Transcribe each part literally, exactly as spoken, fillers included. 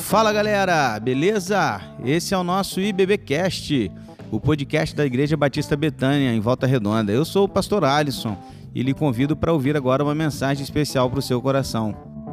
Fala galera, beleza? Esse é o nosso IBBcast, o podcast da Igreja Batista Betânia, em Volta Redonda. Eu sou o pastor Alisson e lhe convido para ouvir agora uma mensagem especial para o seu coração.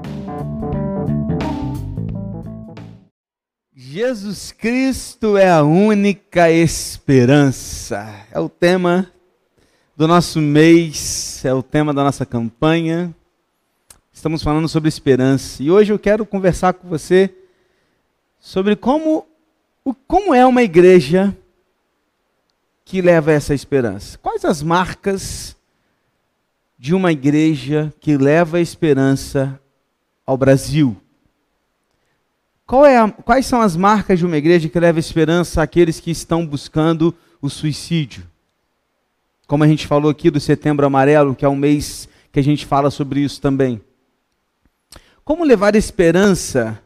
Jesus Cristo é a única esperança. É o tema do nosso mês, é o tema da nossa campanha. Estamos falando sobre esperança. E hoje eu quero conversar com você sobre como, como é uma igreja que leva essa esperança. Quais as marcas de uma igreja que leva a esperança ao Brasil? Qual é a, quais são as marcas de uma igreja que leva esperança àqueles que estão buscando o suicídio? Como a gente falou aqui do Setembro Amarelo, que é um mês que a gente fala sobre isso também. Como levar esperança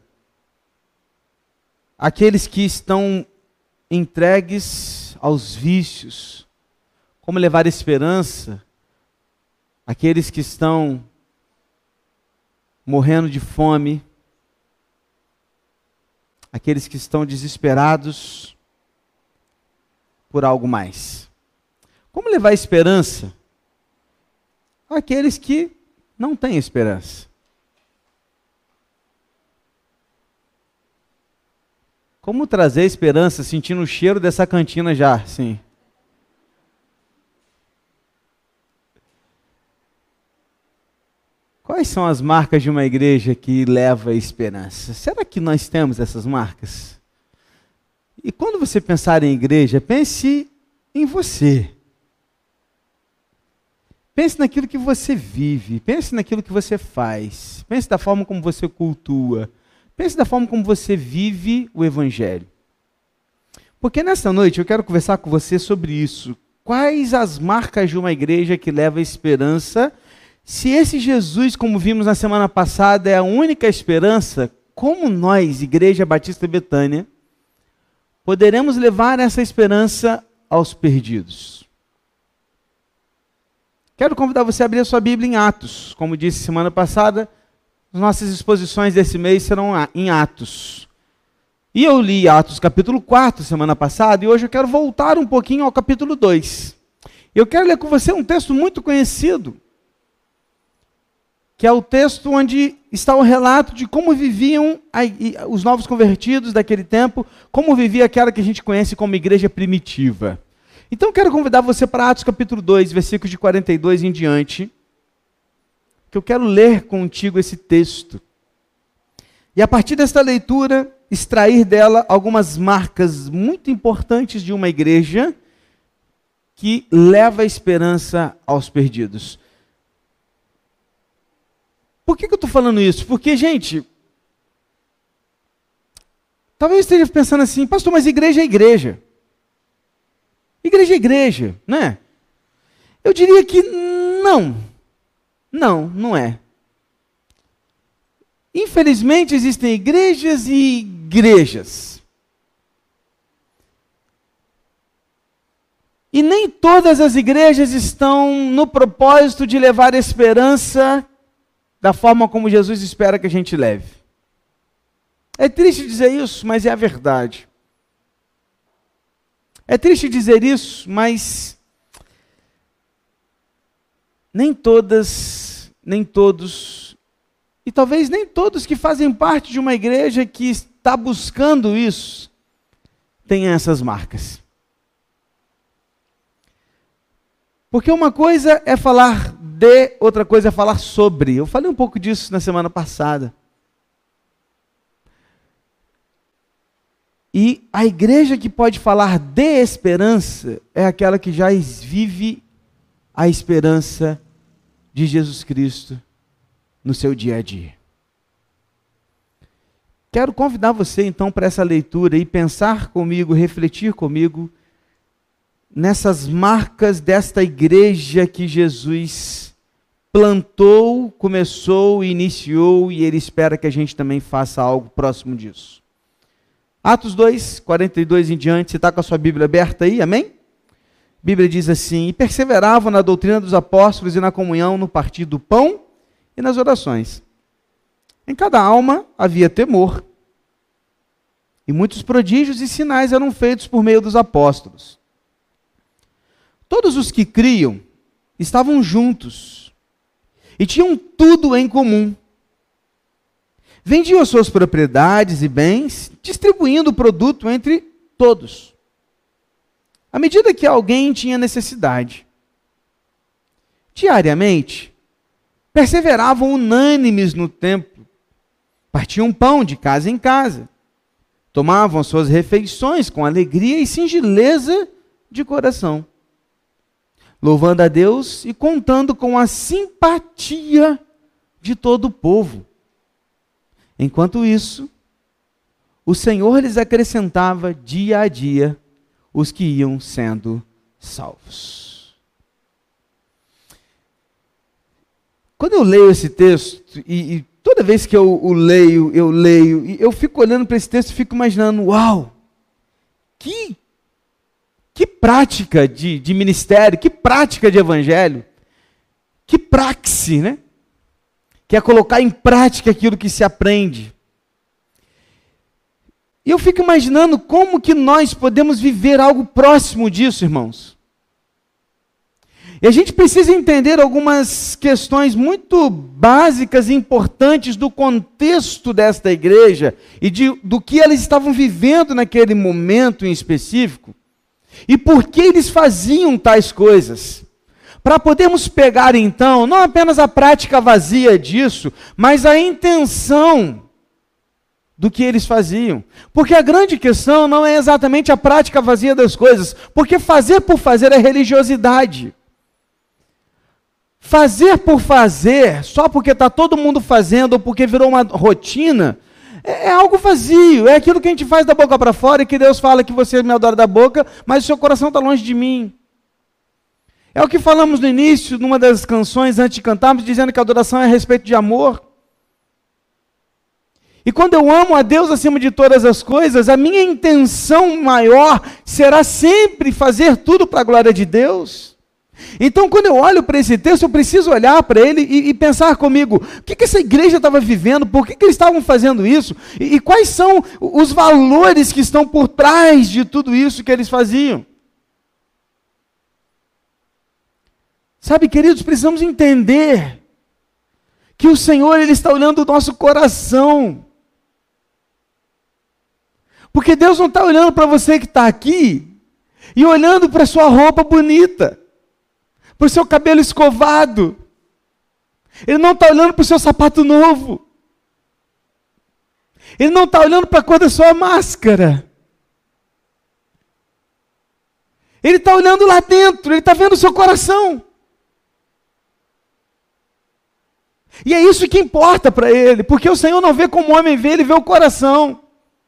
àqueles que estão entregues aos vícios? Como levar esperança àqueles que estão morrendo de fome? Aqueles que estão desesperados por algo mais? Como levar esperança àqueles que não têm esperança? Como trazer esperança sentindo o cheiro dessa cantina já, sim. Quais são as marcas de uma igreja que leva esperança? Será que nós temos essas marcas? E quando você pensar em igreja, pense em você. Pense naquilo que você vive, pense naquilo que você faz, pense da forma como você cultua. Pense da forma como você vive o Evangelho. Porque nesta noite eu quero conversar com você sobre isso. Quais as marcas de uma igreja que leva esperança? Se esse Jesus, como vimos na semana passada, é a única esperança, como nós, Igreja Batista Betânia, poderemos levar essa esperança aos perdidos? Quero convidar você a abrir a sua Bíblia em Atos. Como disse semana passada, as nossas exposições desse mês serão em Atos. E eu li Atos capítulo quatro semana passada, e hoje eu quero voltar um pouquinho ao capítulo dois. Eu quero ler com você um texto muito conhecido, que é o texto onde está o relato de como viviam os novos convertidos daquele tempo, como vivia aquela que a gente conhece como igreja primitiva. Então eu quero convidar você para Atos capítulo dois, versículos de quarenta e dois em diante, que eu quero ler contigo esse texto. E a partir desta leitura, extrair dela algumas marcas muito importantes de uma igreja que leva a esperança aos perdidos. Por que que eu estou falando isso? Porque, gente, talvez esteja pensando assim, pastor, mas igreja é igreja. Igreja é igreja, né? Eu diria que não. Não, não é. Infelizmente existem igrejas e igrejas. E nem todas as igrejas estão no propósito de levar esperança da forma como Jesus espera que a gente leve. É triste dizer isso, mas é a verdade. É triste dizer isso, mas nem todas, nem todos, e talvez nem todos que fazem parte de uma igreja que está buscando isso, têm essas marcas. Porque uma coisa é falar de, outra coisa é falar sobre. Eu falei um pouco disso na semana passada. E a igreja que pode falar de esperança é aquela que já vive a esperança de Jesus Cristo no seu dia a dia. Quero convidar você então para essa leitura e pensar comigo, refletir comigo nessas marcas desta igreja que Jesus plantou, começou, iniciou, e Ele espera que a gente também faça algo próximo disso. Atos dois, quarenta e dois em diante, você está com a sua Bíblia aberta aí, amém? A Bíblia diz assim: e perseveravam na doutrina dos apóstolos e na comunhão, no partir do pão e nas orações. Em cada alma havia temor, E muitos prodígios e sinais eram feitos por meio dos apóstolos. Todos os que criam estavam juntos e tinham tudo em comum. Vendiam suas propriedades e bens, distribuindo o produto entre todos, à medida que alguém tinha necessidade. Diariamente, perseveravam unânimes no templo, partiam pão de casa em casa, tomavam suas refeições com alegria e singeleza de coração, louvando a Deus e contando com a simpatia de todo o povo. Enquanto isso, o Senhor lhes acrescentava dia a dia os que iam sendo salvos. Quando eu leio esse texto, e, e toda vez que eu o leio, eu leio, e eu fico olhando para esse texto e fico imaginando, uau, que, que prática de, de ministério, que prática de evangelho, que praxe, né? Que é colocar em prática aquilo que se aprende. E eu fico imaginando como que nós podemos viver algo próximo disso, irmãos. E a gente precisa entender algumas questões muito básicas e importantes do contexto desta igreja e de, do que eles estavam vivendo naquele momento em específico e por que eles faziam tais coisas. Para podermos pegar então, não apenas a prática vazia disso, mas a intenção do que eles faziam. Porque a grande questão não é exatamente a prática vazia das coisas, porque fazer por fazer é religiosidade. Fazer por fazer, só porque está todo mundo fazendo ou porque virou uma rotina, é, é algo vazio, é aquilo que a gente faz da boca para fora e que Deus fala que você me adora da boca, mas o seu coração está longe de mim. É o que falamos no início, numa das canções, antes de cantarmos, dizendo que a adoração é a respeito de amor. E quando eu amo a Deus acima de todas as coisas, a minha intenção maior será sempre fazer tudo para a glória de Deus. Então, quando eu olho para esse texto, eu preciso olhar para ele e, e pensar comigo, o que, que essa igreja estava vivendo, por que, que eles estavam fazendo isso, e, e quais são os valores que estão por trás de tudo isso que eles faziam. Sabe, queridos, precisamos entender que o Senhor, Ele está olhando o nosso coração. Porque Deus não está olhando para você que está aqui e olhando para a sua roupa bonita, para o seu cabelo escovado. Ele não está olhando para o seu sapato novo. Ele não está olhando para a cor da sua máscara. Ele está olhando lá dentro, Ele está vendo o seu coração. E é isso que importa para Ele, porque o Senhor não vê como o homem vê, Ele vê o coração.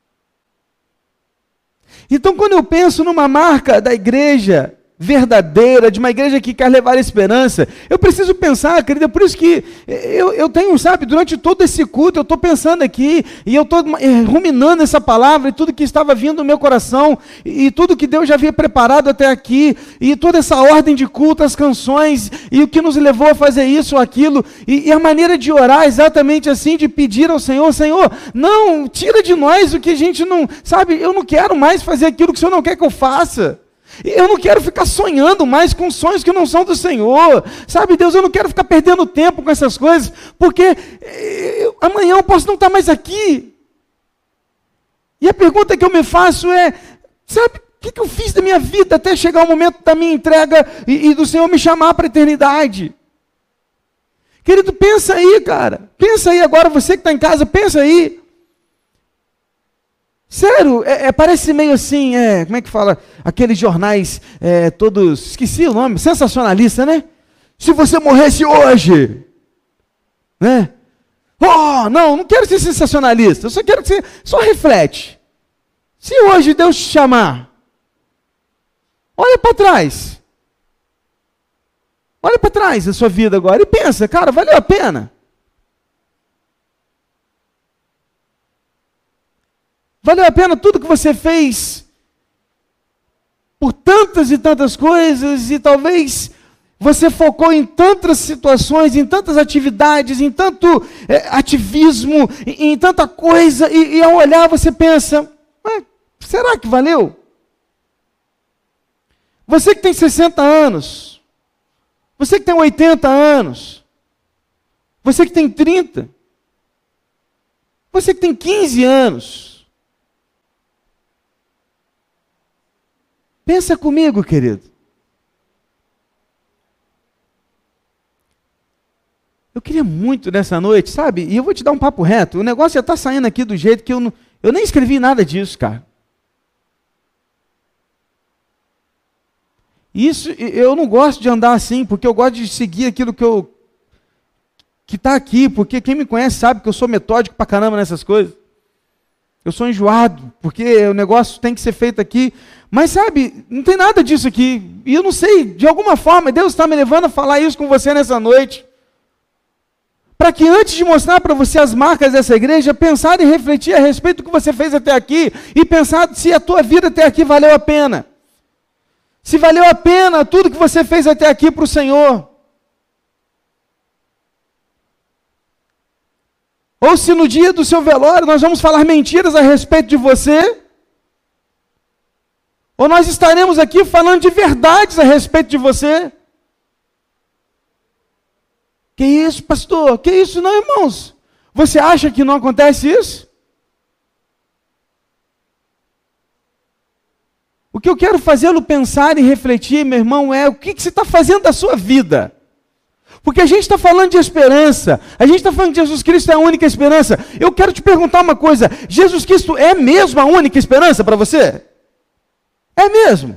Então, quando eu penso numa marca da igreja verdadeira, de uma igreja que quer levar a esperança, eu preciso pensar, querida, por isso que eu, eu tenho, sabe, durante todo esse culto, eu estou pensando aqui, e eu estou ruminando essa palavra, e tudo que estava vindo no meu coração, e, e tudo que Deus já havia preparado até aqui, e toda essa ordem de culto, as canções, e o que nos levou a fazer isso ou aquilo, e, e a maneira de orar exatamente assim, de pedir ao Senhor, Senhor, não, tira de nós o que a gente não, sabe, eu não quero mais fazer aquilo que o Senhor não quer que eu faça. Eu não quero ficar sonhando mais com sonhos que não são do Senhor. Sabe, Deus, eu não quero ficar perdendo tempo com essas coisas, porque eu, amanhã eu posso não estar mais aqui. E a pergunta que eu me faço é, sabe, o que, que eu fiz da minha vida até chegar o momento da minha entrega e, e do Senhor me chamar para a eternidade? Querido, pensa aí, cara. Pensa aí agora, você que está em casa, pensa aí. Sério, é, é, parece meio assim, é, como é que fala? Aqueles jornais é, todos, esqueci o nome, sensacionalista, né? Se você morresse hoje, né? Oh, não, não quero ser sensacionalista, eu só quero que você, só reflete. Se hoje Deus te chamar, olha para trás. Olha para trás da sua vida agora e pensa, cara, valeu a pena? Valeu a pena tudo que você fez por tantas e tantas coisas e talvez você focou em tantas situações, em tantas atividades, em tanto é, ativismo, em, em tanta coisa e, e ao olhar você pensa, será que valeu? Você que tem sessenta anos, você que tem oitenta anos, você que tem trinta, você que tem quinze anos, pensa comigo, querido. Eu queria muito nessa noite, sabe? E eu vou te dar um papo reto. O negócio já está saindo aqui do jeito que eu não... Eu nem escrevi nada disso, cara. Isso, eu não gosto de andar assim, porque eu gosto de seguir aquilo que eu... que está aqui, porque quem me conhece sabe que eu sou metódico pra caramba nessas coisas. Eu sou enjoado, porque o negócio tem que ser feito aqui. Mas sabe, não tem nada disso aqui. E eu não sei, de alguma forma, Deus está me levando a falar isso com você nessa noite. Para que antes de mostrar para você as marcas dessa igreja, pensar e refletir a respeito do que você fez até aqui e pensar se a tua vida até aqui valeu a pena. Se valeu a pena tudo que você fez até aqui para o Senhor. Ou se no dia do seu velório nós vamos falar mentiras a respeito de você. Ou nós estaremos aqui falando de verdades a respeito de você. Que isso, pastor? Que isso não, irmãos? Você acha que não acontece isso? O que eu quero fazê-lo pensar e refletir, meu irmão, é o que, que você está fazendo da sua vida. Porque a gente está falando de esperança, a gente está falando que Jesus Cristo é a única esperança. Eu quero te perguntar uma coisa, Jesus Cristo é mesmo a única esperança para você? É mesmo?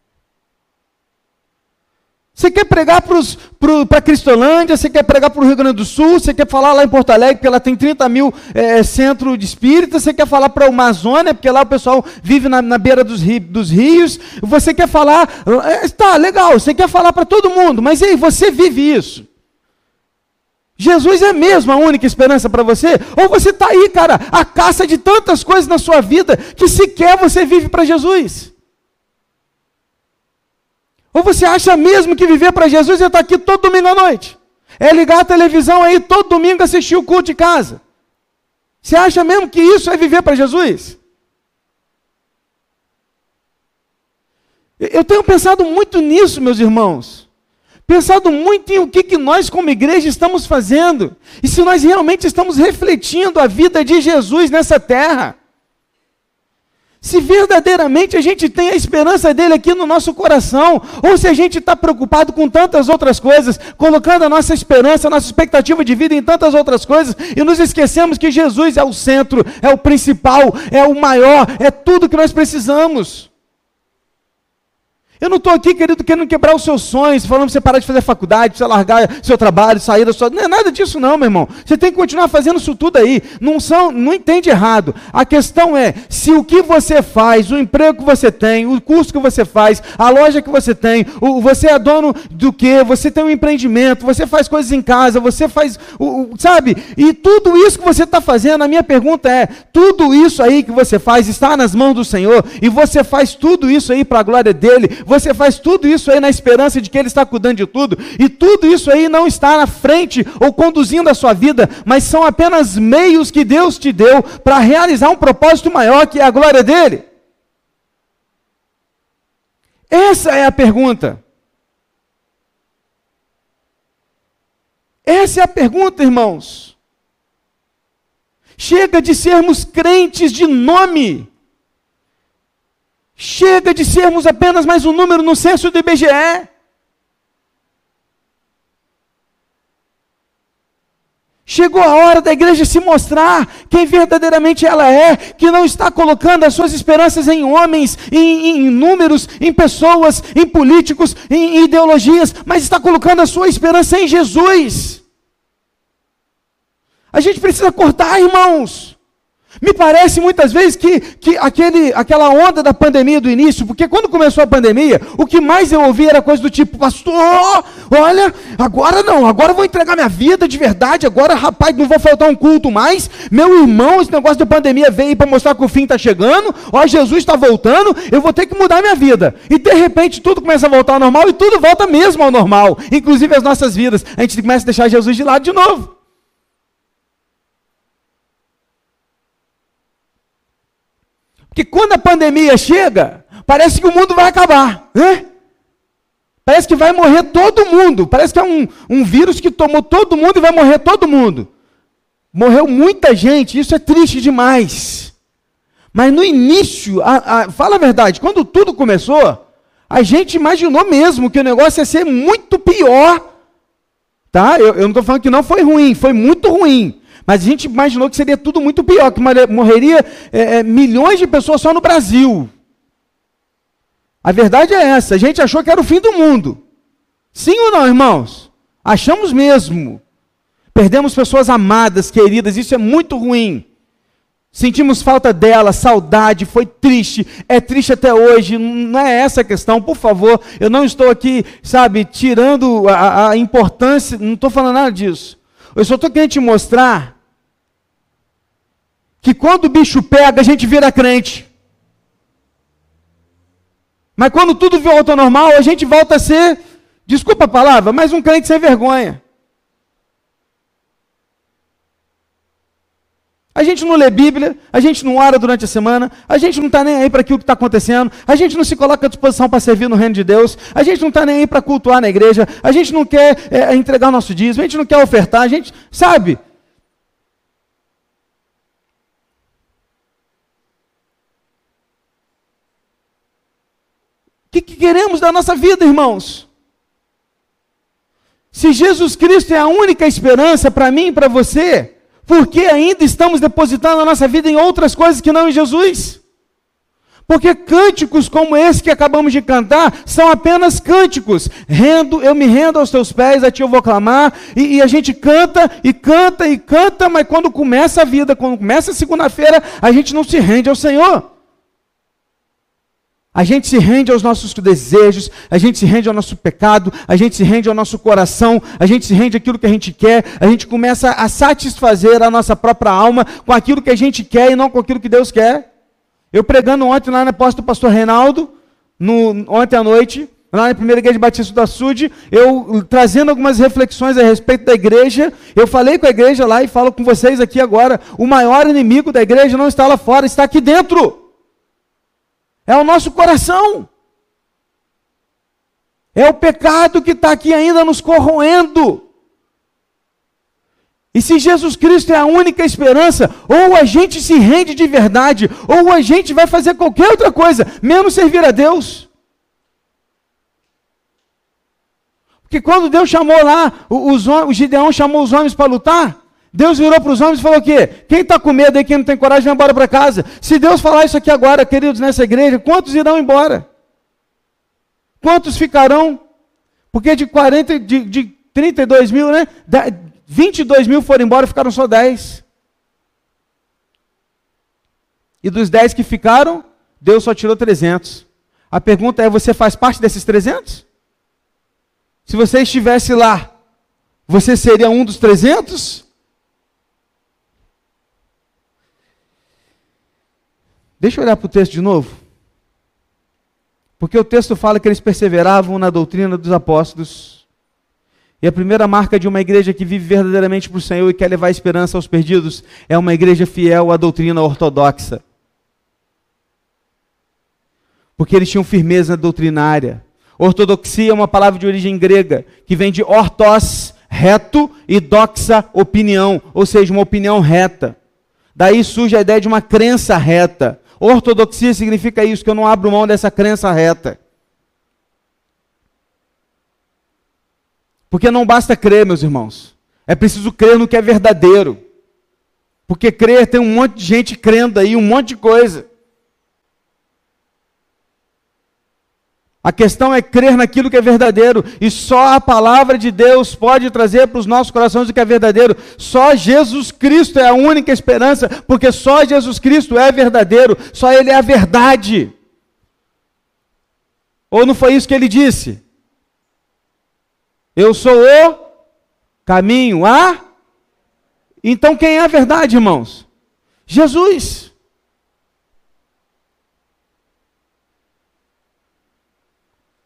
Você quer pregar para a Cristolândia, você quer pregar para o Rio Grande do Sul, você quer falar lá em Porto Alegre, porque ela tem trinta mil é, centros de espíritas, você quer falar para a Amazônia, porque lá o pessoal vive na, na beira dos, ri, dos rios, você quer falar, é, tá, legal, você quer falar para todo mundo, mas e aí, você vive isso? Jesus é mesmo a única esperança para você? Ou você está aí, cara, a caça de tantas coisas na sua vida, que sequer você vive para Jesus? Ou você acha mesmo que viver para Jesus é estar aqui todo domingo à noite? É ligar a televisão aí todo domingo assistir o culto de casa? Você acha mesmo que isso é viver para Jesus? Eu tenho pensado muito nisso, meus irmãos. Pensado muito em o que, que nós como igreja estamos fazendo. E se nós realmente estamos refletindo a vida de Jesus nessa terra. Se verdadeiramente a gente tem a esperança dele aqui no nosso coração, ou se a gente está preocupado com tantas outras coisas, colocando a nossa esperança, a nossa expectativa de vida em tantas outras coisas, e nos esquecemos que Jesus é o centro, é o principal, é o maior, é tudo que nós precisamos. Eu não estou aqui, querido, querendo quebrar os seus sonhos, falando para você parar de fazer faculdade, para você largar seu trabalho, sair da sua... Não é nada disso não, meu irmão. Você tem que continuar fazendo isso tudo aí. Não, são, não entende errado. A questão é, se o que você faz, o emprego que você tem, o curso que você faz, a loja que você tem, o, você é dono do quê? Você tem um empreendimento, você faz coisas em casa, você faz... O, o, sabe? E tudo isso que você está fazendo, a minha pergunta é, tudo isso aí que você faz está nas mãos do Senhor, e você faz tudo isso aí para a glória dEle, você faz tudo isso aí na esperança de que Ele está cuidando de tudo, e tudo isso aí não está na frente ou conduzindo a sua vida, mas são apenas meios que Deus te deu para realizar um propósito maior, que é a glória dEle? Essa é a pergunta. Essa é a pergunta, irmãos. Chega de sermos crentes de nome. Chega de sermos apenas mais um número no censo do I B G E. Chegou a hora da igreja se mostrar quem verdadeiramente ela é, que não está colocando as suas esperanças em homens, em, em números, em pessoas, em políticos, em, em ideologias, mas está colocando a sua esperança em Jesus. A gente precisa cortar, irmãos. Me parece muitas vezes que, que aquele, aquela onda da pandemia do início, porque quando começou a pandemia, o que mais eu ouvi era coisa do tipo, pastor, olha, agora não, agora eu vou entregar minha vida de verdade, agora, rapaz, não vou faltar um culto mais, meu irmão, esse negócio da pandemia veio para mostrar que o fim está chegando, ó, Jesus está voltando, eu vou ter que mudar minha vida. E de repente tudo começa a voltar ao normal e tudo volta mesmo ao normal, inclusive as nossas vidas. A gente começa a deixar Jesus de lado de novo. Porque quando a pandemia chega, parece que o mundo vai acabar, né? Parece que vai morrer todo mundo. Parece que é um, um vírus que tomou todo mundo e vai morrer todo mundo. Morreu muita gente, isso é triste demais. Mas no início, a, a, fala a verdade, quando tudo começou, a gente imaginou mesmo que o negócio ia ser muito pior. Tá? Eu, eu não estou falando que não foi ruim, foi muito ruim. Mas a gente imaginou que seria tudo muito pior, que morreria é, é, milhões de pessoas só no Brasil. A verdade é essa, a gente achou que era o fim do mundo. Sim ou não, irmãos? Achamos mesmo. Perdemos pessoas amadas, queridas, isso é muito ruim. Sentimos falta dela, saudade, foi triste, é triste até hoje, não é essa a questão, por favor, eu não estou aqui, sabe, tirando a, a importância, não estou falando nada disso. Eu só estou querendo te mostrar que quando o bicho pega, a gente vira crente. Mas quando tudo volta ao normal, a gente volta a ser, desculpa a palavra, mas um crente sem vergonha. A gente não lê Bíblia, a gente não ora durante a semana, a gente não está nem aí para aquilo que está acontecendo, a gente não se coloca à disposição para servir no reino de Deus, a gente não está nem aí para cultuar na igreja, a gente não quer é, entregar o nosso dízimo, a gente não quer ofertar, a gente, sabe? O que, que queremos da nossa vida, irmãos? Se Jesus Cristo é a única esperança para mim e para você, por que ainda estamos depositando a nossa vida em outras coisas que não em Jesus? Porque cânticos como esse que acabamos de cantar são apenas cânticos. Rendo, eu me rendo aos teus pés, a ti eu vou clamar. E, e a gente canta e canta e canta, mas quando começa a vida, quando começa a segunda-feira, a gente não se rende ao Senhor. A gente se rende aos nossos desejos, a gente se rende ao nosso pecado, a gente se rende ao nosso coração, a gente se rende àquilo que a gente quer, a gente começa a satisfazer a nossa própria alma com aquilo que a gente quer e não com aquilo que Deus quer. Eu pregando ontem lá na posta do pastor Reinaldo, no, ontem à noite, lá na primeira igreja batista do Açude, eu trazendo algumas reflexões a respeito da igreja, eu falei com a igreja lá e falo com vocês aqui agora, o maior inimigo da igreja não está lá fora, está aqui dentro. É o nosso coração. É o pecado que está aqui ainda nos corroendo. E se Jesus Cristo é a única esperança, ou a gente se rende de verdade, ou a gente vai fazer qualquer outra coisa, menos servir a Deus. Porque quando Deus chamou lá, os, o Gideão chamou os homens para lutar, Deus virou para os homens e falou o quê? Quem está com medo aí, quem não tem coragem, vai embora para casa. Se Deus falar isso aqui agora, queridos, nessa igreja, quantos irão embora? Quantos ficarão? Porque de, quarenta, de, de trinta e dois mil, né? vinte e dois mil foram embora, ficaram só dez. E dos dez que ficaram, Deus só tirou trezentos. A pergunta é, você faz parte desses trezentos? Se você estivesse lá, você seria um dos trezentos? Deixa eu olhar para o texto de novo. Porque o texto fala que eles perseveravam na doutrina dos apóstolos. E a primeira marca de uma igreja que vive verdadeiramente para o Senhor e quer levar esperança aos perdidos é uma igreja fiel à doutrina ortodoxa. Porque eles tinham firmeza doutrinária. Ortodoxia é uma palavra de origem grega, que vem de ortos, reto, e doxa, opinião, ou seja, uma opinião reta. Daí surge a ideia de uma crença reta. Ortodoxia significa isso, que eu não abro mão dessa crença reta. Porque não basta crer, meus irmãos. É preciso crer no que é verdadeiro. Porque crer, tem um monte de gente crendo aí, um monte de coisa. A questão é crer naquilo que é verdadeiro. E só a palavra de Deus pode trazer para os nossos corações o que é verdadeiro. Só Jesus Cristo é a única esperança, porque só Jesus Cristo é verdadeiro. Só Ele é a verdade. Ou não foi isso que Ele disse? Eu sou o caminho, a... Então quem é a verdade, irmãos? Jesus.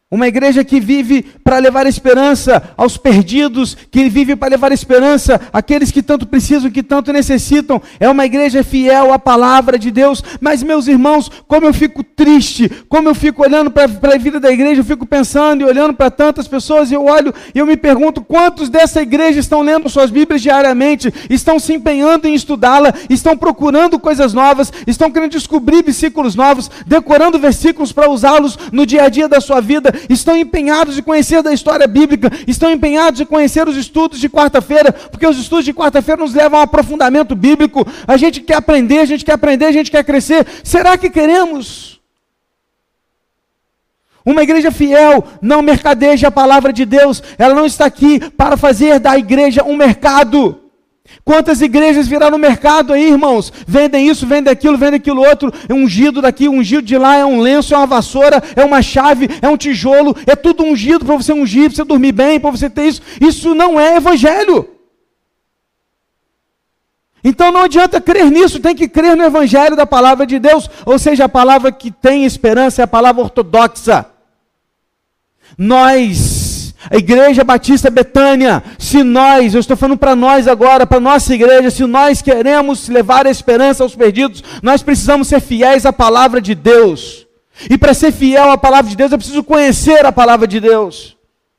Uma igreja que vive para levar esperança aos perdidos, que vive para levar esperança àqueles que tanto precisam, que tanto necessitam. É uma igreja fiel à palavra de Deus. Mas, meus irmãos, como eu fico triste, como eu fico olhando para a vida da igreja, eu fico pensando e olhando para tantas pessoas, e eu olho e eu me pergunto, quantos dessa igreja estão lendo suas Bíblias diariamente, estão se empenhando em estudá-la, estão procurando coisas novas, estão querendo descobrir versículos novos, decorando versículos para usá-los no dia a dia da sua vida, estão empenhados em conhecer da história bíblica, estão empenhados em conhecer os estudos de quarta-feira, porque os estudos de quarta-feira nos levam a um aprofundamento bíblico. A gente quer aprender, a gente quer aprender, a gente quer crescer. Será que queremos? Uma igreja fiel não mercadeja a palavra de Deus, ela não está aqui para fazer da igreja um mercado. Quantas igrejas viraram no mercado aí, irmãos? Vendem isso, vendem aquilo, vendem aquilo outro, é ungido daqui, ungido de lá, é um lenço, é uma vassoura, é uma chave, é um tijolo, é tudo ungido para você ungir, para você dormir bem, para você ter isso. Isso não é evangelho. Então não adianta crer nisso, tem que crer no evangelho da palavra de Deus, ou seja, a palavra que tem esperança é a palavra ortodoxa. Nós, a Igreja Batista Betânia, se nós, eu estou falando para nós agora, para a nossa igreja, se nós queremos levar a esperança aos perdidos, nós precisamos ser fiéis à palavra de Deus. E para ser fiel à palavra de Deus, eu preciso conhecer a palavra de Deus.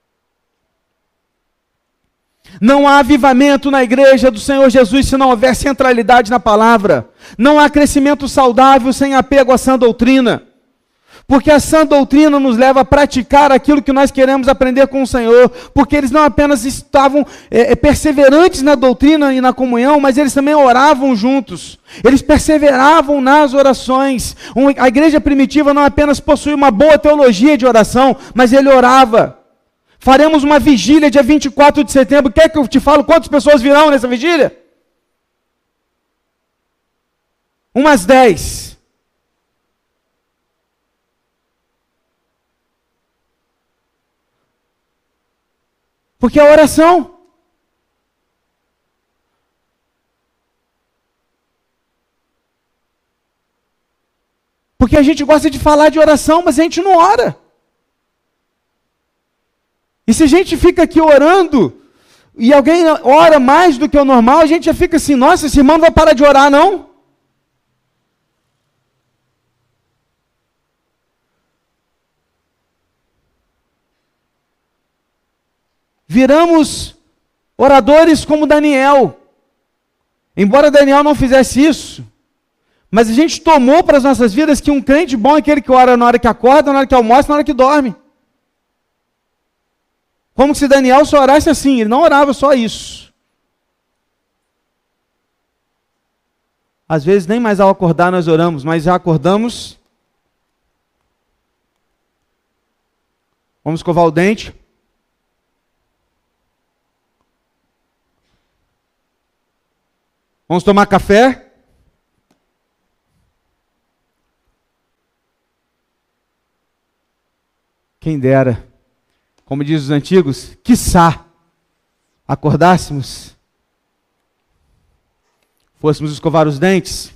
Não há avivamento na igreja do Senhor Jesus se não houver centralidade na palavra. Não há crescimento saudável sem apego à sã doutrina. Porque a sã doutrina nos leva a praticar aquilo que nós queremos aprender com o Senhor. Porque eles não apenas estavam é, perseverantes na doutrina e na comunhão, mas eles também oravam juntos. Eles perseveravam nas orações. Um, a igreja primitiva não apenas possuía uma boa teologia de oração, mas ele orava. Faremos uma vigília dia vinte e quatro de setembro. Quer que eu te falo quantas pessoas virão nessa vigília? Umas dez. Porque a oração. Porque a gente gosta de falar de oração, mas a gente não ora. E se a gente fica aqui orando, e alguém ora mais do que o normal, a gente já fica assim, nossa, esse irmão não vai parar de orar, não? Viramos oradores como Daniel. Embora Daniel não fizesse isso, mas a gente tomou para as nossas vidas que um crente bom é aquele que ora na hora que acorda, na hora que almoça, na hora que dorme. Como se Daniel só orasse assim, ele não orava só isso. Às vezes nem mais ao acordar nós oramos, mas já acordamos. Vamos escovar o dente. Vamos tomar café? Quem dera, como diz os antigos, quiçá acordássemos, fôssemos escovar os dentes.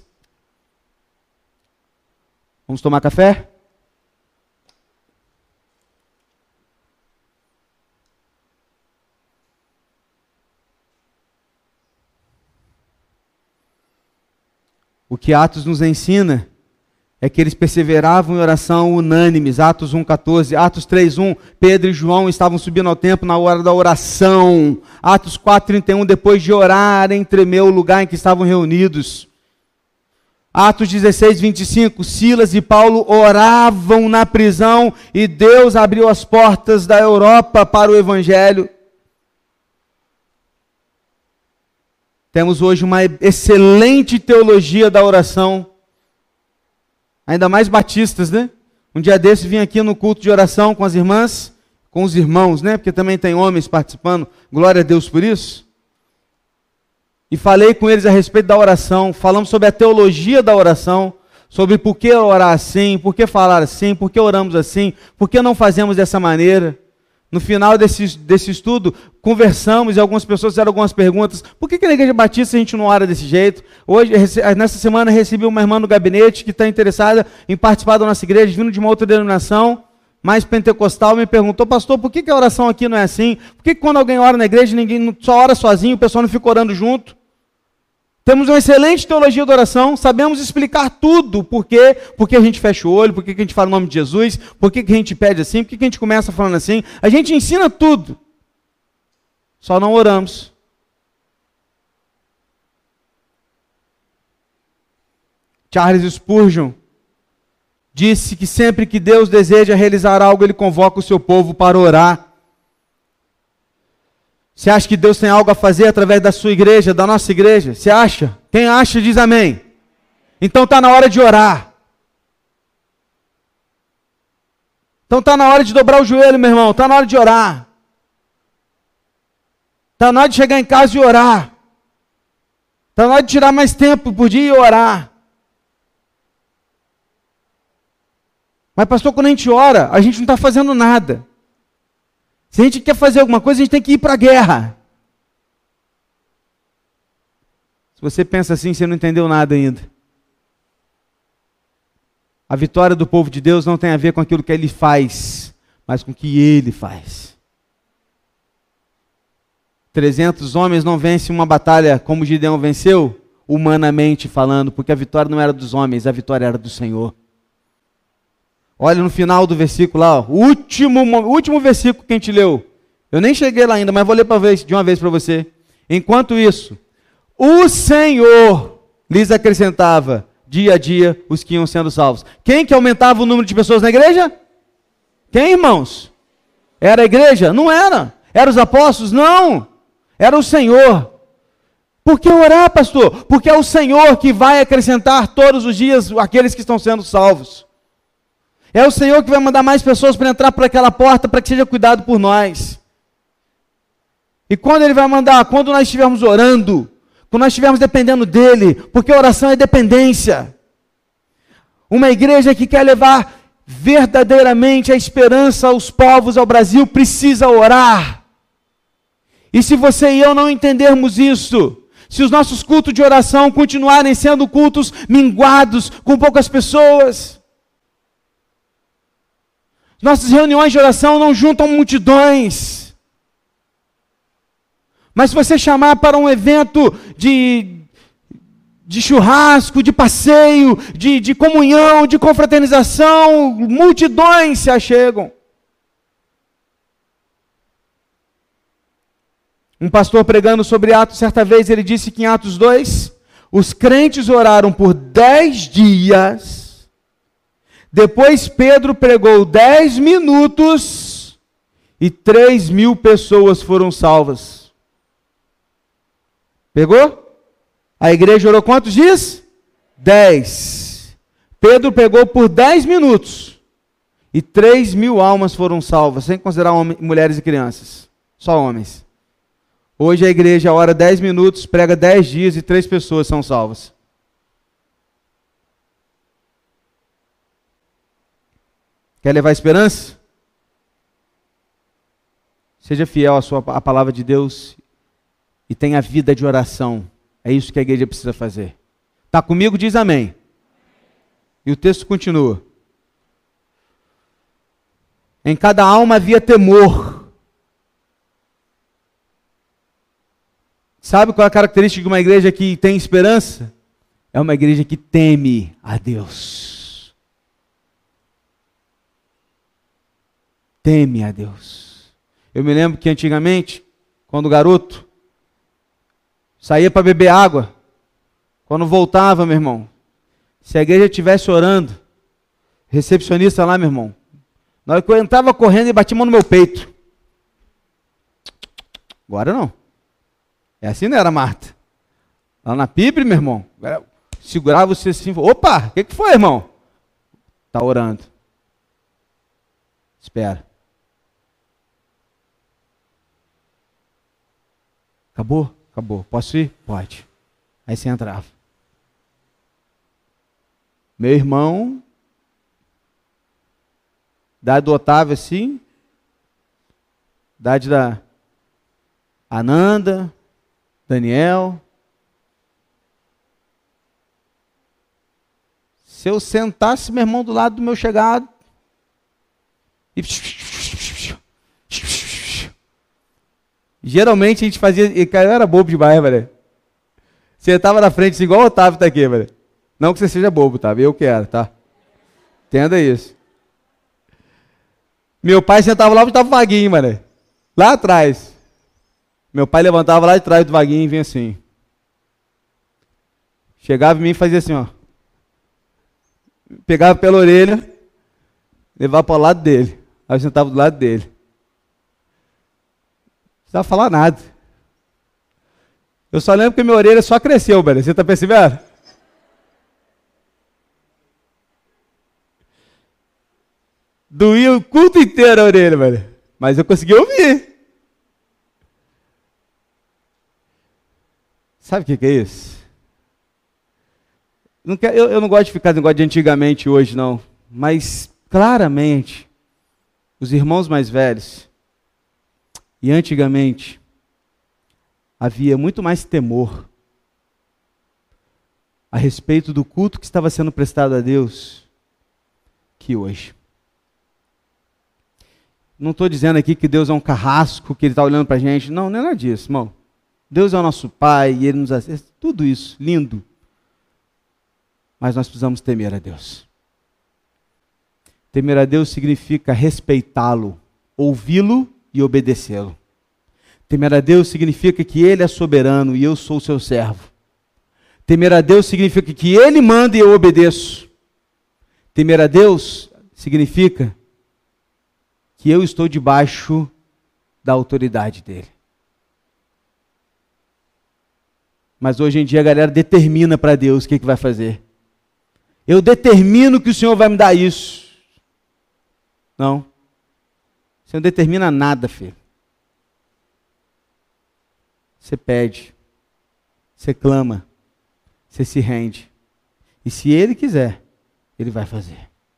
Vamos tomar café? O que Atos nos ensina é que eles perseveravam em oração unânimes. Atos um, quatorze, Atos três, um, Pedro e João estavam subindo ao templo na hora da oração. Atos quatro, trinta e um, depois de orarem, tremeu o lugar em que estavam reunidos. Atos dezesseis, vinte e cinco, Silas e Paulo oravam na prisão e Deus abriu as portas da Europa para o Evangelho. Temos hoje uma excelente teologia da oração, ainda mais batistas, né? Um dia desse vim aqui no culto de oração com as irmãs, com os irmãos, né? Porque também tem homens participando, glória a Deus por isso. E falei com eles a respeito da oração, falamos sobre a teologia da oração, sobre por que orar assim, por que falar assim, por que oramos assim, por que não fazemos dessa maneira. No final desse, desse estudo, conversamos e algumas pessoas fizeram algumas perguntas. Por que, que na Igreja Batista a gente não ora desse jeito? Hoje, nessa semana, recebi uma irmã no gabinete que está interessada em participar da nossa igreja, vindo de uma outra denominação. mais pentecostal me perguntou, pastor, por que, que a oração aqui não é assim? Por que, que quando alguém ora na igreja, ninguém só ora sozinho, o pessoal não fica orando junto? Temos uma excelente teologia da oração, sabemos explicar tudo, por quê, por que a gente fecha o olho, por que, que a gente fala o nome de Jesus, por que, que a gente pede assim, por que, que a gente começa falando assim, a gente ensina tudo, só não oramos. Charles Spurgeon disse que sempre que Deus deseja realizar algo, Ele convoca o seu povo para orar. Você acha que Deus tem algo a fazer através da sua igreja, da nossa igreja? Você acha? Quem acha diz amém. Então está na hora de orar. Então está na hora de dobrar o joelho, meu irmão. Está na hora de orar. Está na hora de chegar em casa e orar. Está na hora de tirar mais tempo por dia e orar. Mas pastor, quando a gente ora, a gente não está fazendo nada. Se a gente quer fazer alguma coisa, a gente tem que ir para a guerra. Se você pensa assim, você não entendeu nada ainda. A vitória do povo de Deus não tem a ver com aquilo que Ele faz, mas com o que Ele faz. trezentos homens não vencem uma batalha como Gideão venceu, humanamente falando, porque a vitória não era dos homens, a vitória era do Senhor. Olha no final do versículo lá, ó, o último, o último versículo que a gente leu. Eu nem cheguei lá ainda, mas vou ler pra vez, de uma vez para você. Enquanto isso, o Senhor lhes acrescentava dia a dia os que iam sendo salvos. Quem que aumentava o número de pessoas na igreja? Quem, irmãos? Era a igreja? Não era. Era os apóstolos? Não. Era o Senhor. Por que orar, pastor? Porque é o Senhor que vai acrescentar todos os dias aqueles que estão sendo salvos. É o Senhor que vai mandar mais pessoas para entrar por aquela porta para que seja cuidado por nós. E quando Ele vai mandar? Quando nós estivermos orando, quando nós estivermos dependendo dEle, porque a oração é dependência. Uma igreja que quer levar verdadeiramente a esperança aos povos, ao Brasil, precisa orar. E se você e eu não entendermos isso, se os nossos cultos de oração continuarem sendo cultos minguados, com poucas pessoas, nossas reuniões de oração não juntam multidões. Mas se você chamar para um evento de, de churrasco, de passeio, de, de comunhão, de confraternização, multidões se achegam. Um pastor pregando sobre Atos, certa vez, ele disse que em Atos dois, os crentes oraram por dez dias. Depois Pedro pregou dez minutos e três mil pessoas foram salvas. Pegou? A igreja orou quantos dias? Dez. Pedro pregou por dez minutos e três mil almas foram salvas, sem considerar homens, mulheres e crianças. Só homens. Hoje a igreja ora dez minutos, prega dez dias e três pessoas são salvas. Quer levar esperança? Seja fiel à, sua, à palavra de Deus e tenha vida de oração. É isso que a igreja precisa fazer. Está comigo? Diz amém. E o texto continua. Em cada alma havia temor. Sabe qual é a característica de uma igreja que tem esperança? É uma igreja que teme a Deus. Teme a Deus. Eu me lembro que antigamente, quando garoto, saía para beber água. Quando voltava, meu irmão, se a igreja estivesse orando, recepcionista lá, meu irmão, na hora que eu entrava correndo e batia a mão no meu peito. Agora não. É assim, não era, Marta? Lá na Pibre, meu irmão, segurava você assim, opa, o que, que foi, irmão? Está orando. Espera. Acabou? Acabou. Posso ir? Pode. Aí você entrava. Meu irmão, idade do Otávio assim, idade da Ananda, Daniel. Se eu sentasse meu irmão do lado do meu chegado, E geralmente a gente fazia, e cara, eu era bobo demais, velho. Você estava na frente assim, igual o Otávio tá aqui, velho. Não que você seja bobo, tá? Eu quero, tá? Entenda isso. Meu pai sentava lá onde estava o Vaguinho, mano. Lá atrás. Meu pai levantava lá de trás do Vaguinho e vinha assim. Chegava em mim e fazia assim, ó. Pegava pela orelha, levava para o lado dele. Aí eu sentava do lado dele. Não precisava falar nada. Eu só lembro que minha orelha só cresceu, velho. Você está percebendo? Doía o culto inteiro a orelha, velho. Mas eu consegui ouvir. Sabe o que, que é isso? Não quer, eu, eu não gosto de ficar no negócio de antigamente hoje, não. Mas, claramente, os irmãos mais velhos, e antigamente, havia muito mais temor a respeito do culto que estava sendo prestado a Deus que hoje. Não estou dizendo aqui que Deus é um carrasco, que Ele está olhando para a gente. Não, não é nada disso, irmão. Deus é o nosso Pai e Ele nos assiste. Tudo isso, lindo. Mas nós precisamos temer a Deus. Temer a Deus significa respeitá-lo, ouvi-lo e obedecê-lo. Temer a Deus significa que Ele é soberano e eu sou seu servo. Temer a Deus significa que Ele manda e eu obedeço. Temer a Deus significa que eu estou debaixo da autoridade dEle. Mas hoje em dia a galera determina para Deus o que, que vai fazer. Eu determino que o Senhor vai me dar isso. Não. Você não determina nada, filho. Você pede. Você clama. Você se rende. E se Ele quiser, Ele vai fazer.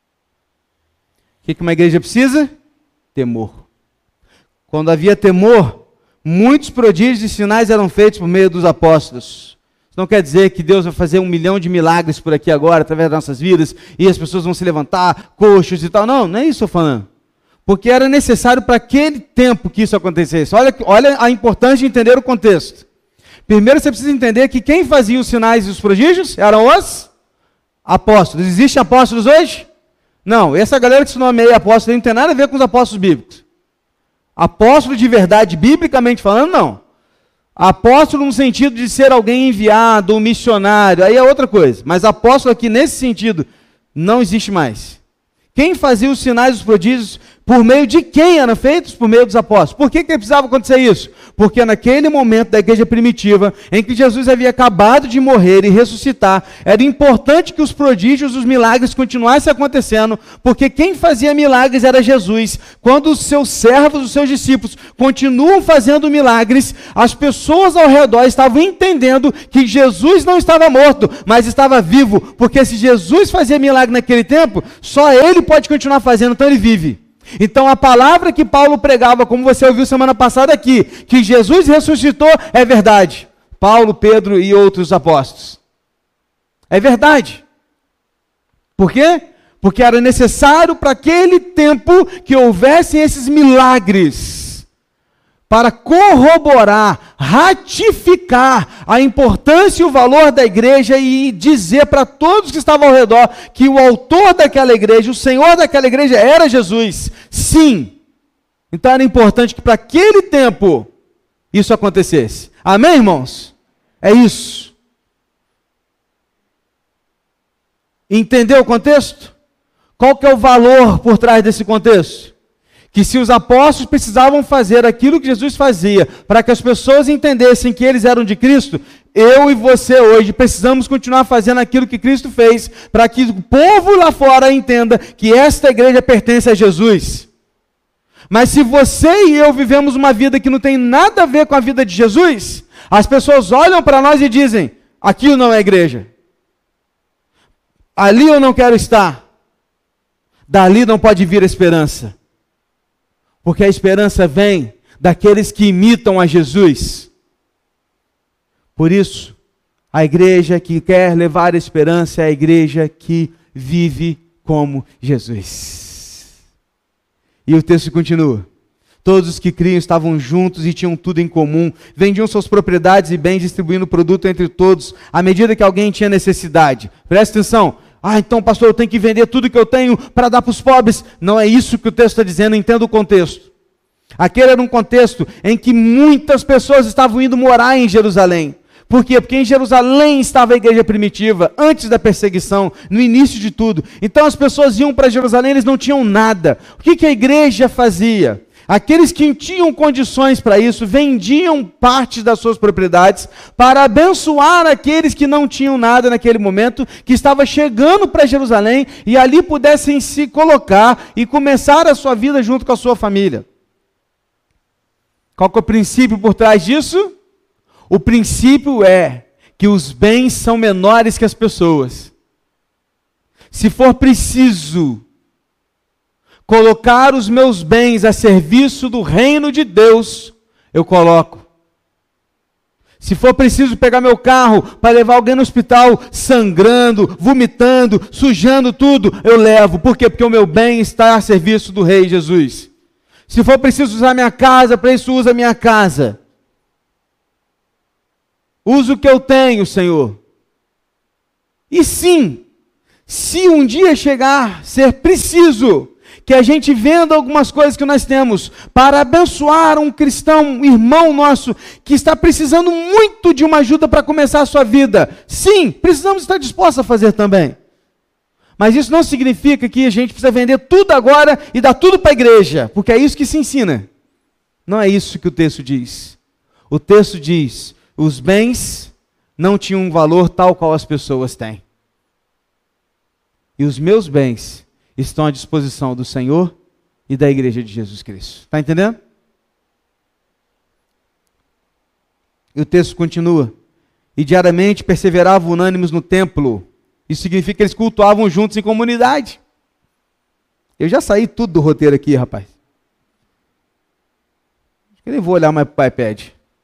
O que, que uma igreja precisa? Temor. Quando havia temor, muitos prodígios e sinais eram feitos por meio dos apóstolos. Isso não quer dizer que Deus vai fazer um milhão de milagres por aqui agora, através das nossas vidas, e as pessoas vão se levantar, coxos e tal. Não, não é isso que eu estou falando. Porque era necessário para aquele tempo que isso acontecesse. Olha, olha a importância de entender o contexto. Primeiro você precisa entender que quem fazia os sinais e os prodígios eram os apóstolos. Existem apóstolos hoje? Não, essa galera que se nomeia apóstolo não tem nada a ver com os apóstolos bíblicos. Apóstolo de verdade, biblicamente falando, não. Apóstolo no sentido de ser alguém enviado, um missionário, aí é outra coisa. Mas apóstolo aqui nesse sentido não existe mais. Quem fazia os sinais e os prodígios, por meio de quem eram feitos? Por meio dos apóstolos. Por que, que precisava acontecer isso? Porque naquele momento da igreja primitiva, em que Jesus havia acabado de morrer e ressuscitar, era importante que os prodígios, os milagres continuassem acontecendo, porque quem fazia milagres era Jesus. Quando os seus servos, os seus discípulos, continuam fazendo milagres, as pessoas ao redor estavam entendendo que Jesus não estava morto, mas estava vivo, porque se Jesus fazia milagre naquele tempo, só Ele pode continuar fazendo, então Ele vive. Então a palavra que Paulo pregava, como você ouviu semana passada aqui, que Jesus ressuscitou, é verdade. Paulo, Pedro e outros apóstolos. É verdade. Por quê? Porque era necessário para aquele tempo que houvessem esses milagres, para corroborar, ratificar a importância e o valor da igreja e dizer para todos que estavam ao redor que o autor daquela igreja, o Senhor daquela igreja era Jesus. Sim. Então era importante que para aquele tempo isso acontecesse. Amém, irmãos? É isso. Entendeu o contexto? Qual que é o valor por trás desse contexto? Que se os apóstolos precisavam fazer aquilo que Jesus fazia, para que as pessoas entendessem que eles eram de Cristo, eu e você hoje precisamos continuar fazendo aquilo que Cristo fez, para que o povo lá fora entenda que esta igreja pertence a Jesus. Mas se você e eu vivemos uma vida que não tem nada a ver com a vida de Jesus, as pessoas olham para nós e dizem, aquilo não é igreja. Ali eu não quero estar. Dali não pode vir a esperança. Porque a esperança vem daqueles que imitam a Jesus. Por isso, a igreja que quer levar a esperança é a igreja que vive como Jesus. E o texto continua. Todos os que criam estavam juntos e tinham tudo em comum. Vendiam suas propriedades e bens, distribuindo o produto entre todos, à medida que alguém tinha necessidade. Presta atenção. Ah, então, pastor, eu tenho que vender tudo que eu tenho para dar para os pobres. Não é isso que o texto está dizendo, entenda o contexto. Aquele era um contexto em que muitas pessoas estavam indo morar em Jerusalém. Por quê? Porque em Jerusalém estava a igreja primitiva, antes da perseguição, no início de tudo. Então as pessoas iam para Jerusalém, eles não tinham nada. O que, que a igreja fazia? Aqueles que tinham condições para isso, vendiam parte das suas propriedades para abençoar aqueles que não tinham nada naquele momento, que estava chegando para Jerusalém e ali pudessem se colocar e começar a sua vida junto com a sua família. Qual que é o princípio por trás disso? O princípio é que os bens são menores que as pessoas. Se for preciso colocar os meus bens a serviço do reino de Deus, eu coloco. Se for preciso pegar meu carro para levar alguém no hospital sangrando, vomitando, sujando tudo, eu levo. Por quê? Porque o meu bem está a serviço do Rei Jesus. Se for preciso usar minha casa, para isso usa minha casa. Uso o que eu tenho, Senhor. E sim, se um dia chegar, ser preciso que a gente venda algumas coisas que nós temos para abençoar um cristão, um irmão nosso, que está precisando muito de uma ajuda para começar a sua vida. Sim, precisamos estar dispostos a fazer também. Mas isso não significa que a gente precisa vender tudo agora e dar tudo para a igreja, porque é isso que se ensina. Não é isso que o texto diz. O texto diz, os bens não tinham um valor tal qual as pessoas têm. E os meus bens estão à disposição do Senhor e da igreja de Jesus Cristo. Está entendendo? E o texto continua. E diariamente perseveravam unânimes no templo. Isso significa que eles cultuavam juntos em comunidade. Eu já saí tudo do roteiro aqui, rapaz. Acho que eu nem vou olhar mais para o iPad.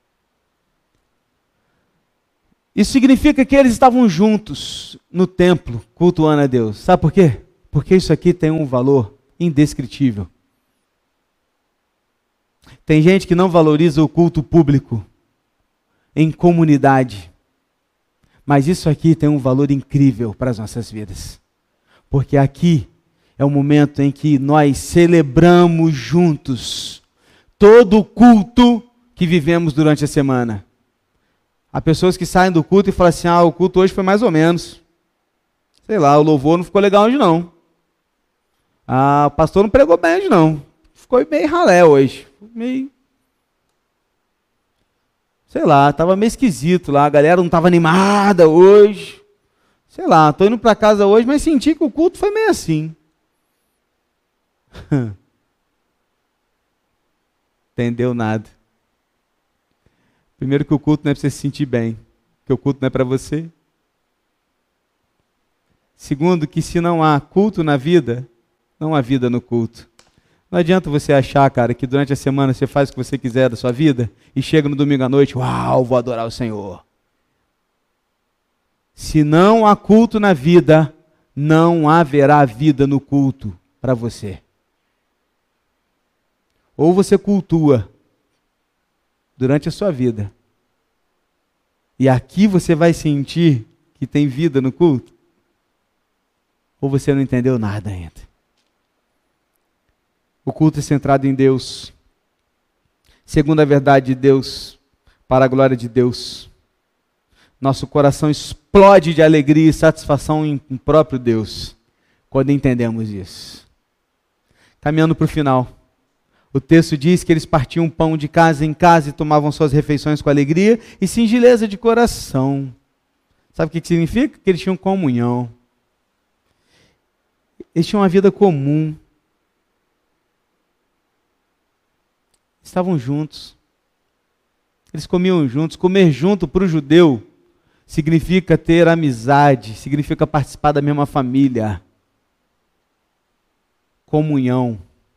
Isso significa que eles estavam juntos no templo, cultuando a Deus. Sabe por quê? Porque isso aqui tem um valor indescritível. Tem gente que não valoriza o culto público em comunidade. Mas isso aqui tem um valor incrível para as nossas vidas. Porque aqui é o momento em que nós celebramos juntos todo o culto que vivemos durante a semana. Há pessoas que saem do culto e falam assim, ah, o culto hoje foi mais ou menos. Sei lá, o louvor não ficou legal hoje não. Ah, o pastor não pregou bem hoje não. Ficou meio ralé hoje. Meio... Sei lá, estava meio esquisito lá. A galera não estava animada hoje. Sei lá, estou indo para casa hoje, mas senti que o culto foi meio assim. Entendeu nada. Primeiro que o culto não é para você se sentir bem, que o culto não é para você. Segundo, que se não há culto na vida, não há vida no culto. Não adianta você achar, cara, que durante a semana você faz o que você quiser da sua vida e chega no domingo à noite, uau, vou adorar o Senhor. Se não há culto na vida, não haverá vida no culto para você. Ou você cultua durante a sua vida. E aqui você vai sentir que tem vida no culto. Ou você não entendeu nada ainda. O culto é centrado em Deus. Segundo a verdade de Deus, para a glória de Deus. Nosso coração explode de alegria e satisfação em, em próprio Deus, quando entendemos isso. Caminhando para o final. O texto diz que eles partiam pão de casa em casa e tomavam suas refeições com alegria e singeleza de coração. Sabe o que significa? Que eles tinham comunhão. Eles tinham uma vida comum. Estavam juntos. Eles comiam juntos. Comer junto para o judeu significa ter amizade, significa participar da mesma família. Comunhão.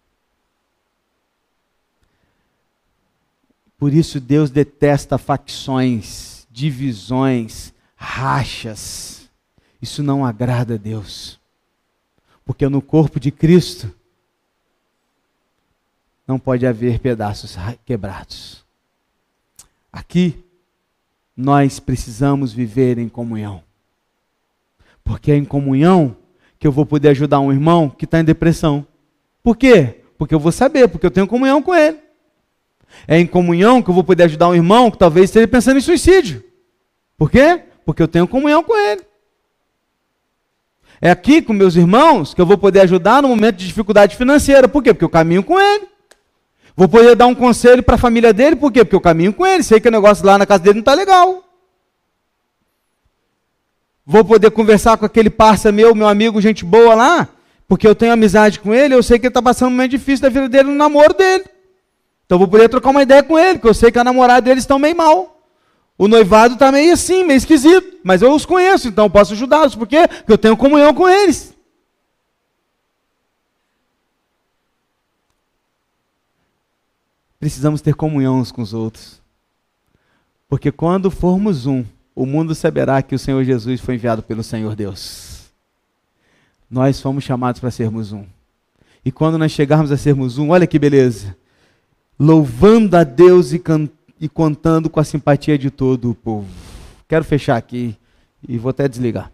Por isso Deus detesta facções, divisões, rachas. Isso não agrada a Deus. Porque no corpo de Cristo, não pode haver pedaços quebrados. Aqui, nós precisamos viver em comunhão. Porque é em comunhão que eu vou poder ajudar um irmão que está em depressão. Por quê? Porque eu vou saber, porque eu tenho comunhão com ele. É em comunhão que eu vou poder ajudar um irmão que talvez esteja pensando em suicídio. Por quê? Porque eu tenho comunhão com ele. É aqui com meus irmãos que eu vou poder ajudar no momento de dificuldade financeira. Por quê? Porque eu caminho com ele. Vou poder dar um conselho para a família dele. Por quê? Porque eu caminho com ele. Sei que o negócio lá na casa dele não está legal. Vou poder conversar com aquele parça meu, meu amigo, gente boa lá, porque eu tenho amizade com ele, eu sei que ele está passando um momento difícil da vida dele no namoro dele. Então vou poder trocar uma ideia com ele, porque eu sei que a namorada deles estão meio mal. O noivado está meio assim, meio esquisito, mas eu os conheço, então eu posso ajudá-los. Por quê? Porque eu tenho comunhão com eles. Precisamos ter comunhão uns com os outros. Porque quando formos um, o mundo saberá que o Senhor Jesus foi enviado pelo Senhor Deus. Nós fomos chamados para sermos um. E quando nós chegarmos a sermos um, olha que beleza. Louvando a Deus e, can- e contando com a simpatia de todo o povo. Quero fechar aqui e vou até desligar.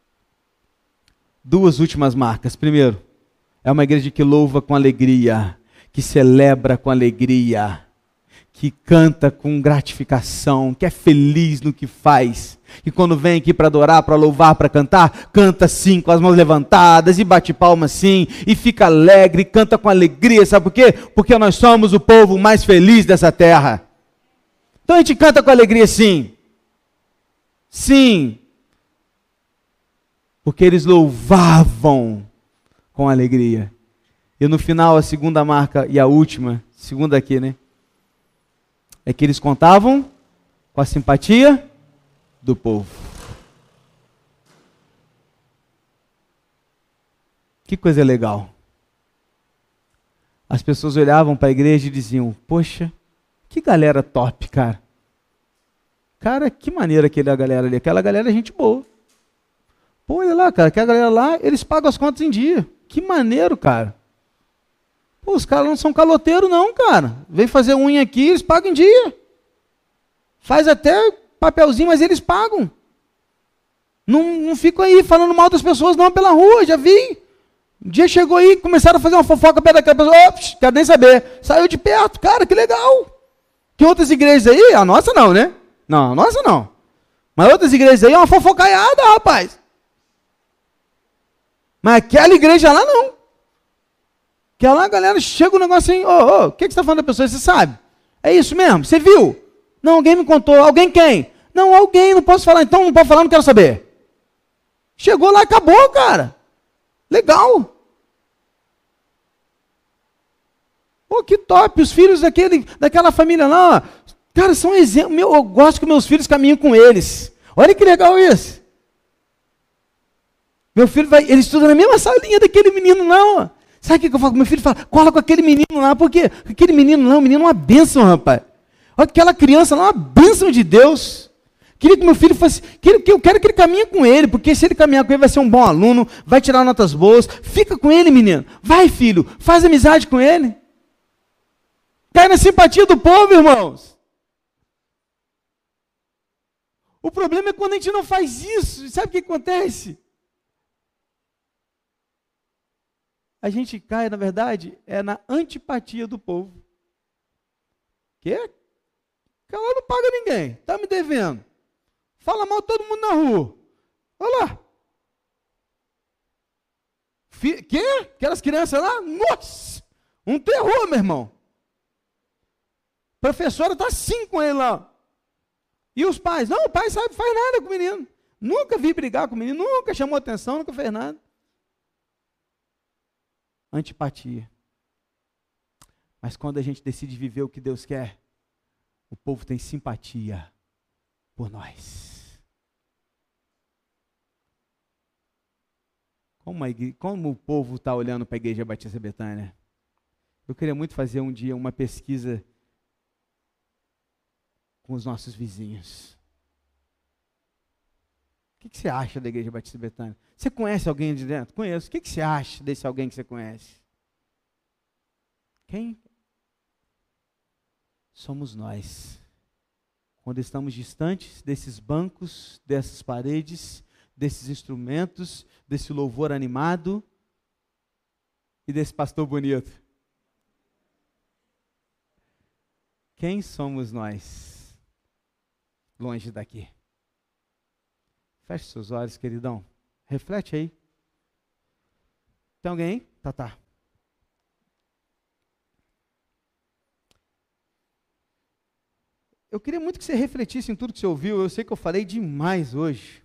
Duas últimas marcas. Primeiro, é uma igreja que louva com alegria, que celebra com alegria, que canta com gratificação, que é feliz no que faz. E quando vem aqui para adorar, para louvar, para cantar, canta sim, com as mãos levantadas, e bate palma sim, e fica alegre, canta com alegria. Sabe por quê? Porque nós somos o povo mais feliz dessa terra. Então a gente canta com alegria sim. Sim. Porque eles louvavam com alegria. E no final, a segunda marca e a última, segunda aqui, né? É que eles contavam com a simpatia do povo. Que coisa legal. As pessoas olhavam para a igreja e diziam, poxa, que galera top, cara. Cara, que maneira aquela galera ali. Aquela galera é gente boa. Pô, olha lá, cara, aquela galera lá, eles pagam as contas em dia. Que maneiro, cara. Pô, os caras não são caloteiros não, cara. Vem fazer unha aqui, eles pagam em dia. Faz até papelzinho, mas eles pagam. Não, não fico aí falando mal das pessoas não pela rua, já vi. Um dia chegou aí, começaram a fazer uma fofoca perto daquela pessoa, ops, quero nem saber. Saiu de perto, cara, que legal. Tem outras igrejas aí, a nossa não, né? Não, a nossa não. Mas outras igrejas aí é uma fofocaiada, rapaz. Mas aquela igreja lá não. Que lá a galera chega o um negócio assim, ô, ô, o que, que você está falando da pessoa? Você sabe? É isso mesmo? Você viu? Não, alguém me contou. Alguém quem? Não, alguém, não posso falar. Então não pode falar, não quero saber. Chegou lá, acabou, cara. Legal. Pô, que top. Os filhos daquele, daquela família lá, cara, são exemplos. Meu, eu gosto que meus filhos caminhem com eles. Olha que legal isso. Meu filho vai, ele estuda na mesma salinha daquele menino lá, ó. Sabe o que eu falo com meu filho? Fala, cola com aquele menino lá, porque aquele menino lá, o menino é uma bênção, rapaz. Olha aquela criança lá, uma bênção de Deus. Queria que meu filho fosse, queria, que eu quero que ele caminhe com ele, porque se ele caminhar com ele vai ser um bom aluno, vai tirar notas boas. Fica com ele, menino. Vai, filho, faz amizade com ele. Cai na simpatia do povo, irmãos. O problema é quando a gente não faz isso. Sabe o que acontece? A gente cai, na verdade, é na antipatia do povo. Quê? Ela não paga ninguém, está me devendo. Fala mal todo mundo na rua. Olha lá. Fi, quê? Aquelas crianças lá? Nossa! Um terror, meu irmão. A professora está assim com ele lá. E os pais? Não, o pai sabe, faz nada com o menino. Nunca vi brigar com o menino, nunca chamou atenção, nunca fez nada. Antipatia. Mas quando a gente decide viver o que Deus quer, o povo tem simpatia por nós. Como, igreja, como o povo está olhando para a Igreja Batista Betânia? Eu queria muito fazer um dia uma pesquisa com os nossos vizinhos. O que, que você acha da Igreja Batista Betânia? Você conhece alguém de dentro? Conheço. O que, que você acha desse alguém que você conhece? Quem? somos nós. Quando estamos distantes desses bancos, dessas paredes, desses instrumentos, desse louvor animado e desse pastor bonito. Quem somos nós? Longe daqui. Feche seus olhos, queridão. Reflete aí. Tem alguém aí? Tá, tá. Eu queria muito que você refletisse em tudo que você ouviu. Eu sei que eu falei demais hoje.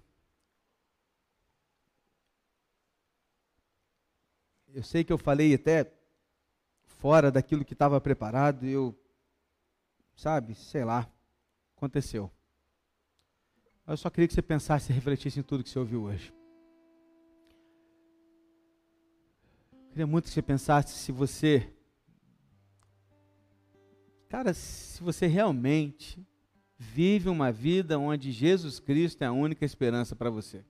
Eu sei que eu falei até fora daquilo que estava preparado. Eu, sabe, sei lá, aconteceu. Eu só queria que você pensasse e refletisse em tudo que você ouviu hoje. Eu queria muito que você pensasse se você... Cara, se você realmente vive uma vida onde Jesus Cristo é a única esperança para você.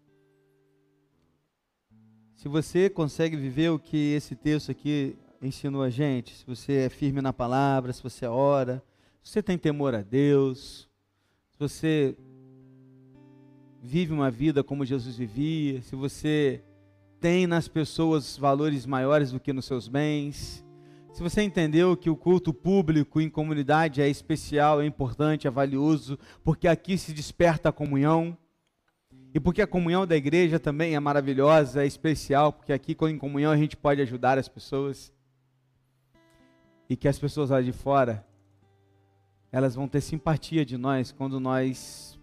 Se você consegue viver o que esse texto aqui ensinou a gente, se você é firme na palavra, se você ora, se você tem temor a Deus, se você vive uma vida como Jesus vivia, se você tem nas pessoas valores maiores do que nos seus bens, se você entendeu que o culto público em comunidade é especial, é importante, é valioso, porque aqui se desperta a comunhão, e porque a comunhão da igreja também é maravilhosa, é especial, porque aqui em comunhão a gente pode ajudar as pessoas, e que as pessoas lá de fora, elas vão ter simpatia de nós quando nós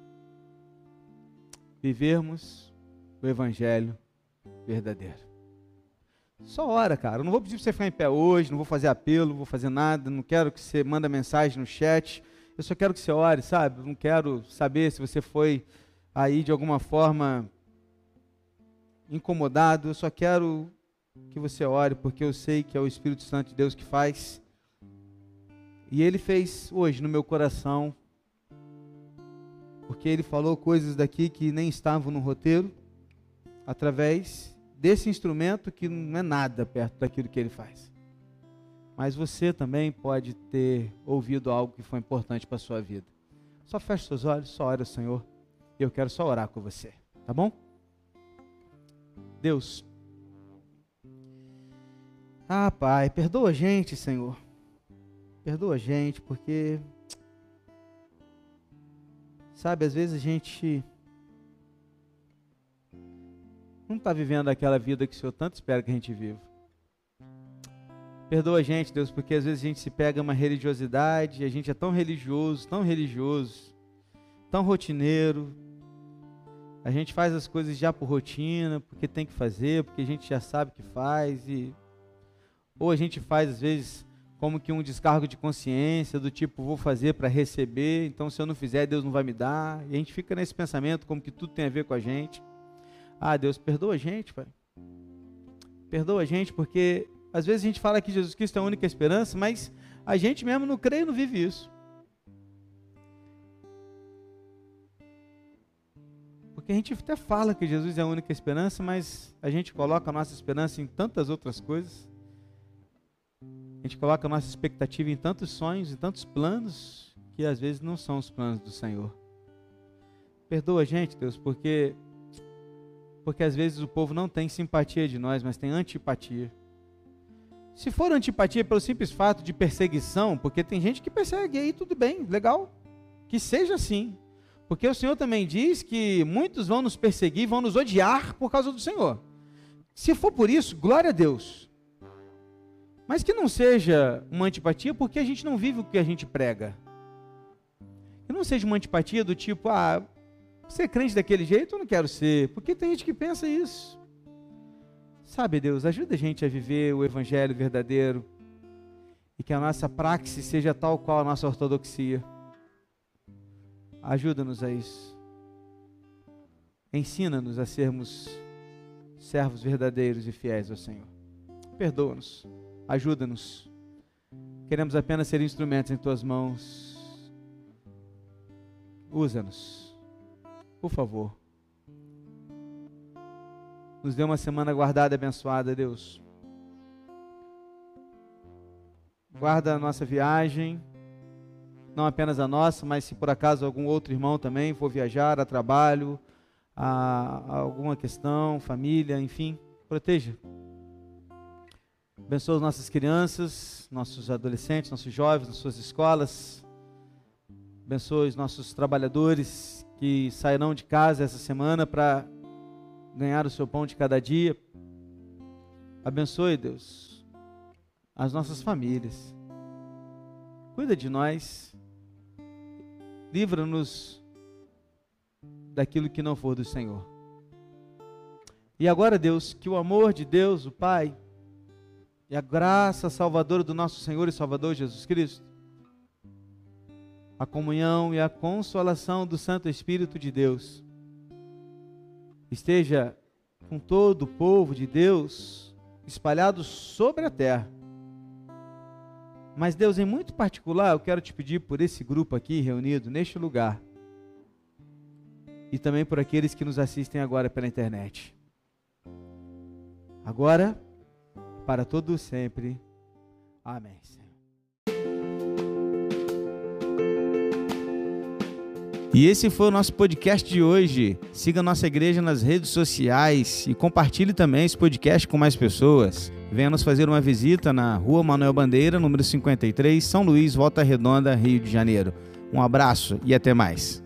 vivermos o evangelho verdadeiro. Só ora, cara. Eu não vou pedir para você ficar em pé hoje, não vou fazer apelo, não vou fazer nada, não quero que você manda mensagem no chat. Eu só quero que você ore, sabe? Eu não quero saber se você foi aí de alguma forma incomodado. Eu só quero que você ore, porque eu sei que é o Espírito Santo de Deus que faz. E Ele fez hoje no meu coração, porque Ele falou coisas daqui que nem estavam no roteiro, através desse instrumento que não é nada perto daquilo que Ele faz. Mas você também pode ter ouvido algo que foi importante para a sua vida. Só feche seus olhos, só ore ao Senhor. E eu quero só orar com você, tá bom? Deus. Ah, Pai, perdoa a gente, Senhor. Perdoa a gente, porque... Sabe, às vezes a gente... não está vivendo aquela vida que o Senhor tanto espera que a gente viva. Perdoa a gente, Deus, porque às vezes a gente se pega uma religiosidade, a gente é tão religioso, tão religioso, tão rotineiro, a gente faz as coisas já por rotina, porque tem que fazer, porque a gente já sabe que faz, e... ou a gente faz às vezes como que um descargo de consciência, do tipo, vou fazer para receber, então se eu não fizer, Deus não vai me dar, e a gente fica nesse pensamento como que tudo tem a ver com a gente. Ah, Deus, perdoa a gente, Pai. Perdoa a gente, porque às vezes a gente fala que Jesus Cristo é a única esperança, mas a gente mesmo não crê e não vive isso. Porque a gente até fala que Jesus é a única esperança, mas a gente coloca a nossa esperança em tantas outras coisas. A gente coloca a nossa expectativa em tantos sonhos, em tantos planos, que às vezes não são os planos do Senhor. Perdoa a gente, Deus, porque... porque às vezes o povo não tem simpatia de nós, mas tem antipatia. Se for antipatia pelo simples fato de perseguição, porque tem gente que persegue aí, tudo bem, legal, que seja assim. Porque o Senhor também diz que muitos vão nos perseguir, vão nos odiar por causa do Senhor. Se for por isso, glória a Deus. Mas que não seja uma antipatia porque a gente não vive o que a gente prega. Que não seja uma antipatia do tipo, ah... ser crente daquele jeito eu não quero ser, porque tem gente que pensa isso. Sabe, Deus, ajuda a gente a viver o evangelho verdadeiro e que a nossa praxis seja tal qual a nossa ortodoxia. Ajuda-nos a isso. Ensina-nos a sermos servos verdadeiros e fiéis ao Senhor. Perdoa-nos, ajuda-nos. Queremos apenas ser instrumentos em Tuas mãos. Usa-nos. Por favor, nos dê uma semana guardada e abençoada, Deus. Guarda a nossa viagem, não apenas a nossa, mas se por acaso algum outro irmão também for viajar a trabalho, a, a alguma questão, família, enfim, proteja. Abençoa as nossas crianças, nossos adolescentes, nossos jovens, nas suas escolas. Abençoa os nossos trabalhadores que sairão de casa essa semana para ganhar o seu pão de cada dia. Abençoe, Deus, as nossas famílias. Cuida de nós. Livra-nos daquilo que não for do Senhor. E agora, Deus, que o amor de Deus, o Pai, e a graça salvadora do nosso Senhor e Salvador Jesus Cristo, a comunhão e a consolação do Santo Espírito de Deus, esteja com todo o povo de Deus espalhado sobre a terra. Mas Deus, em muito particular, eu quero te pedir por esse grupo aqui reunido neste lugar, e também por aqueles que nos assistem agora pela internet. Agora, para todo sempre. Amém, Senhor. E esse foi o nosso podcast de hoje. Siga a nossa igreja nas redes sociais e compartilhe também esse podcast com mais pessoas. Venha nos fazer uma visita na Rua Manuel Bandeira, número cinquenta e três, São Luís, Volta Redonda, Rio de Janeiro. Um abraço e até mais.